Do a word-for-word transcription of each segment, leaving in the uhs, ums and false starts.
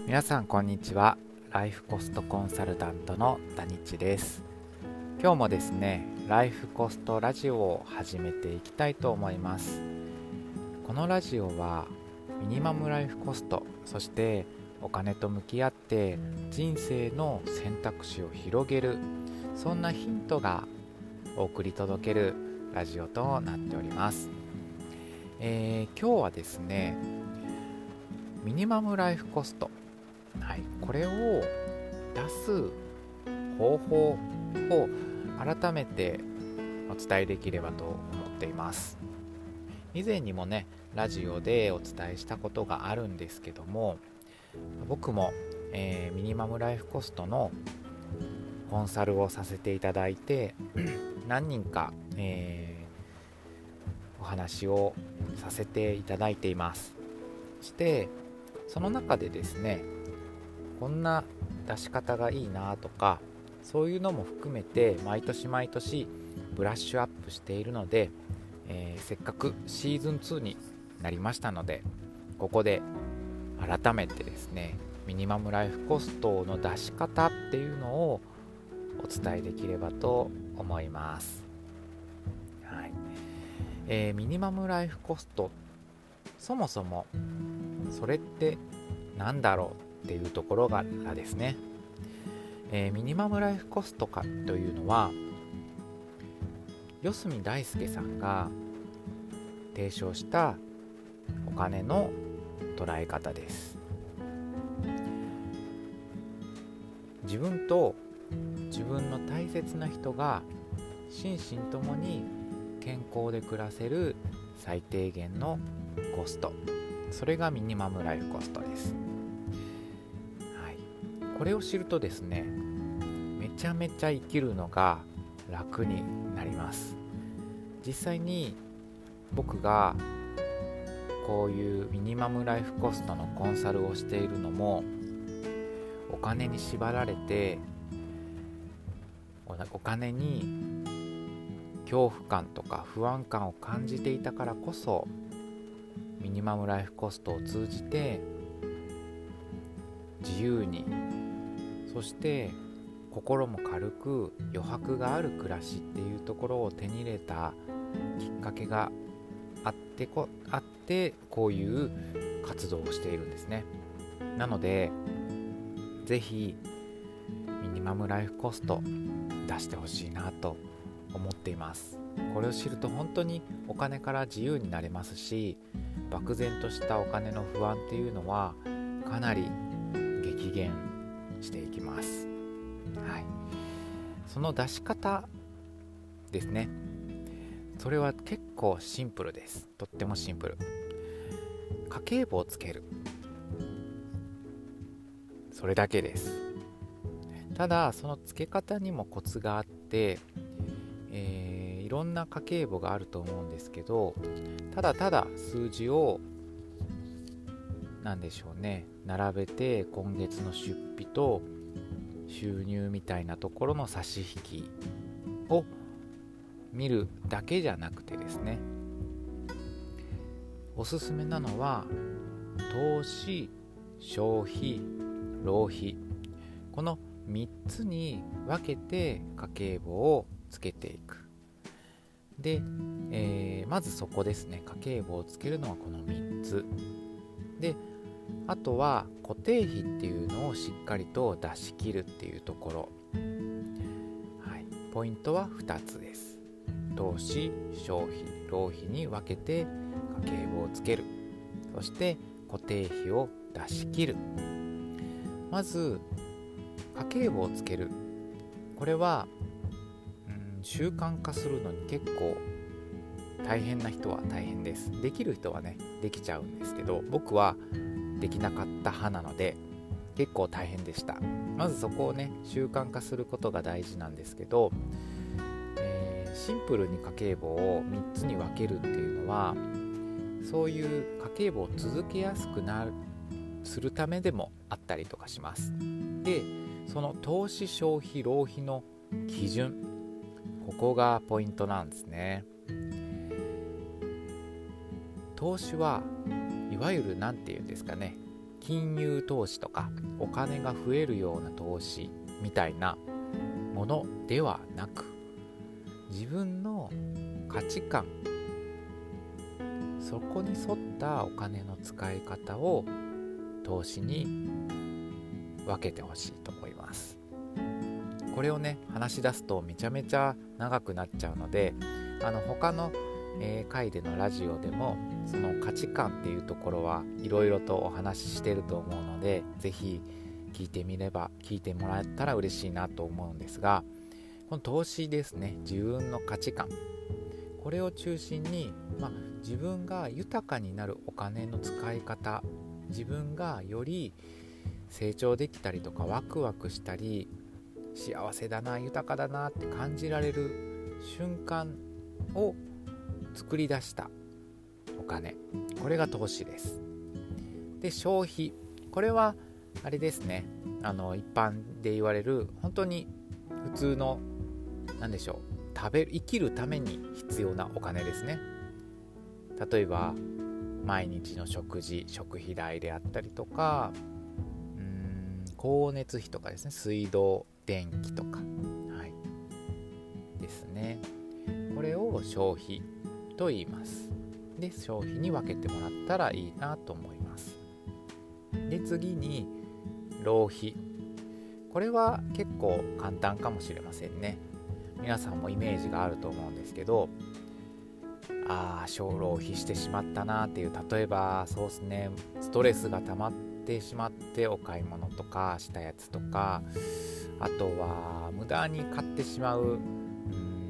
皆さんこんにちは。ライフコストコンサルタントのダニッチです。今日もですね、ライフコストラジオを始めていきたいと思います。このラジオはミニマムライフコスト、そしてお金と向き合って人生の選択肢を広げる、そんなヒントがお送り届けるラジオとなっております。えー、今日はですね、ミニマムライフコスト、はい、これを出す方法を改めてお伝えできればと思っています。以前にもね、ラジオでお伝えしたことがあるんですけども、僕も、えー、ミニマムライフコストのコンサルをさせていただいて何人か、えー、お話をさせていただいています。そしてその中でですね、こんな出し方がいいなとか、そういうのも含めて毎年毎年ブラッシュアップしているので、えー、せっかくシーズンツーになりましたので、ここで改めてですね、ミニマムライフコストの出し方っていうのをお伝えできればと思います。はい。えー、ミニマムライフコスト、そもそもそれって何だろうっていうところがですね、えー、ミニマムライフコストかというのは、四隅大輔さんが提唱したお金の捉え方です。自分と自分の大切な人が心身ともに健康で暮らせる最低限のコスト、それがミニマムライフコストです。はい、これを知るとですね、めちゃめちゃ生きるのが楽になります。実際に僕がこういうミニマムライフコストのコンサルをしているのも、お金に縛られてお金に恐怖感とか不安感を感じていたからこそ、ミニマムライフコストを通じて自由に、そして心も軽く余白がある暮らしっていうところを手に入れたきっかけがあってこあってこういう活動をしているんですね。なのでぜひミニマムライフコスト出してほしいなと思っています。これを知ると本当にお金から自由になれますし、漠然としたお金の不安っていうのはかなり激減していきます。はい、その出し方ですね、それは結構シンプルです。とってもシンプル。家計簿をつける、それだけです。ただその付け方にもコツがあって、えー、いろんな家計簿があると思うんですけど、ただただ数字をなんでしょうね、並べて今月の出費と収入みたいなところの差し引きを見るだけじゃなくてですね、おすすめなのは投資、消費、浪費、このみっつに分けて家計簿をつけていく。で、えー、まずそこですね。家計簿をつけるのはこのみっつで、あとは固定費っていうのをしっかりと出し切るっていうところ、はい、ポイントはふたつです。投資、消費、浪費に分けて家計簿をつける、そして固定費を出し切る。まず家計簿をつける、これは、うん、習慣化するのに結構大変な人は大変です。できる人はね、できちゃうんですけど、僕はできなかった派なので結構大変でした。まずそこをね、習慣化することが大事なんですけど、えー、シンプルに家計簿をみっつに分けるっていうのは、そういう家計簿を続けやすくなるするためでもあったりとかします。で、その投資、消費、浪費の基準、ここがポイントなんですね。投資はいわゆる何て言うんですかね、 金融投資とかお金が増えるような投資みたいなものではなく、自分の価値観、そこに沿ったお金の使い方を投資に分けてほしいと思います。これをね話し出すとめちゃめちゃ長くなっちゃうので、あの他の、えー、回でのラジオでもその価値観っていうところはいろいろとお話ししてると思うので、ぜひ聞いてみれば聞いてもらえたら嬉しいなと思うんですが、この投資ですね、自分の価値観、これを中心に、まあ、自分が豊かになるお金の使い方、自分がより成長できたりとかワクワクしたり幸せだな、豊かだなって感じられる瞬間を作り出したお金、これが投資です。で、消費、これはあれですね、あの一般で言われる本当に普通の何でしょう、食べる生きるために必要なお金ですね。例えば毎日の食事、食費代であったりとか、うーん光熱費とかですね、水道、電気とか、はい、ですね。これを消費と言います。で、消費に分けてもらったらいいなと思います。で、次に浪費、これは結構簡単かもしれませんね。皆さんもイメージがあると思うんですけど、ああ小浪費してしまったなっていう、例えばそうですね、ストレスが溜まってしまってお買い物とかしたやつとか、あとは無駄に買ってしまう、うん、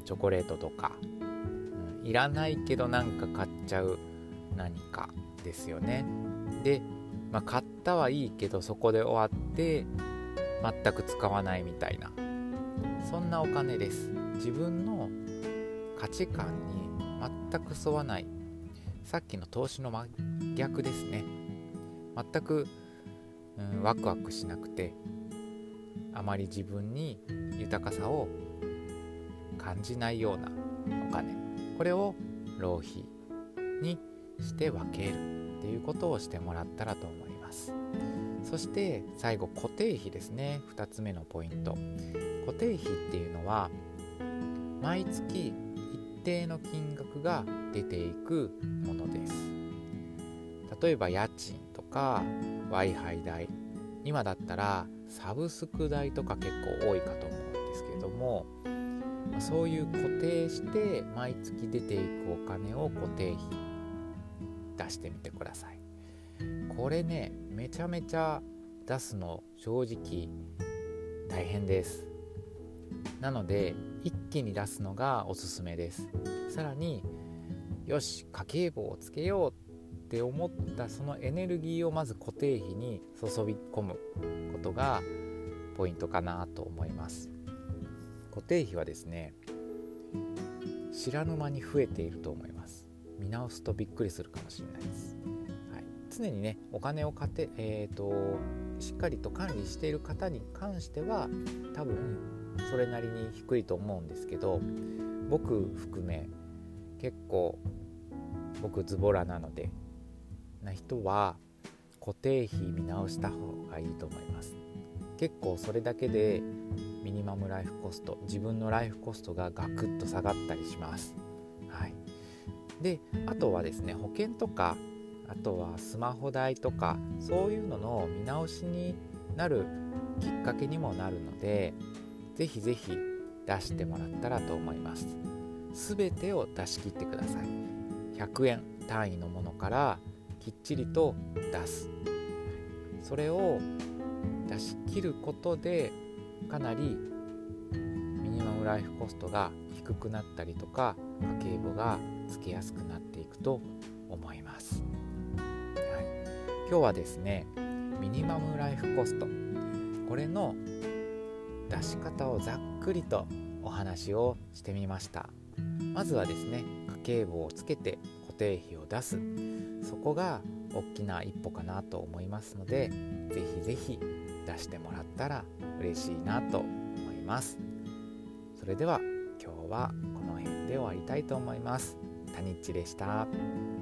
チョコレートとか、うん、いらないけどなんか買っちゃう何かですよね。で、まあ、買ったはいいけどそこで終わって全く使わないみたいな、そんなお金です。自分の価値観に全く沿わない、さっきの投資の真逆ですね。全く、うん、ワクワクしなくて、あまり自分に豊かさを感じないようなお金、これを浪費にして分けるっていうことをしてもらったらと思います。そして最後、固定費ですね。ふたつめのポイント、固定費っていうのは毎月一定の金額が出ていくものです。例えば家賃とか Wi-Fi 代、今だったらサブスク代とか結構多いかと思うんですけれども、そういう固定して毎月出ていくお金を固定費出してみてください。これね、めちゃめちゃ出すの正直大変です。なので一気に出すのがおすすめです。さらに、よし家計簿をつけようって思ったそのエネルギーをまず固定費に注ぎ込むことがポイントかなと思います。固定費はですね、知らぬ間に増えていると思います。見直すとびっくりするかもしれないです。はい、常にねお金をかて、えーと、しっかりと管理している方に関しては多分それなりに低いと思うんですけど、僕含め結構僕ズボラなのでな人は固定費見直した方がいいと思います。結構それだけでミニマムライフコスト、自分のライフコストがガクッと下がったりします。はい、で、あとはですね、保険とか、あとはスマホ代とか、そういうのの見直しになるきっかけにもなるので、ぜひぜひ出してもらったらと思います。すべてを出し切ってください。ひゃくえん単位のものからきっちりと出す。それを出し切ることでかなりミニマムライフコストが低くなったりとか、家計簿がつけやすくなっていくと思います。はい、今日はですね、ミニマムライフコスト、これの出し方をざっくりとお話をしてみました。まずはですね、家計簿をつけて固定費を出す、そこが大きな一歩かなと思いますので、ぜひぜひ出してもらったら嬉しいなと思います。それでは今日はこの辺で終わりたいと思います。タニッチでした。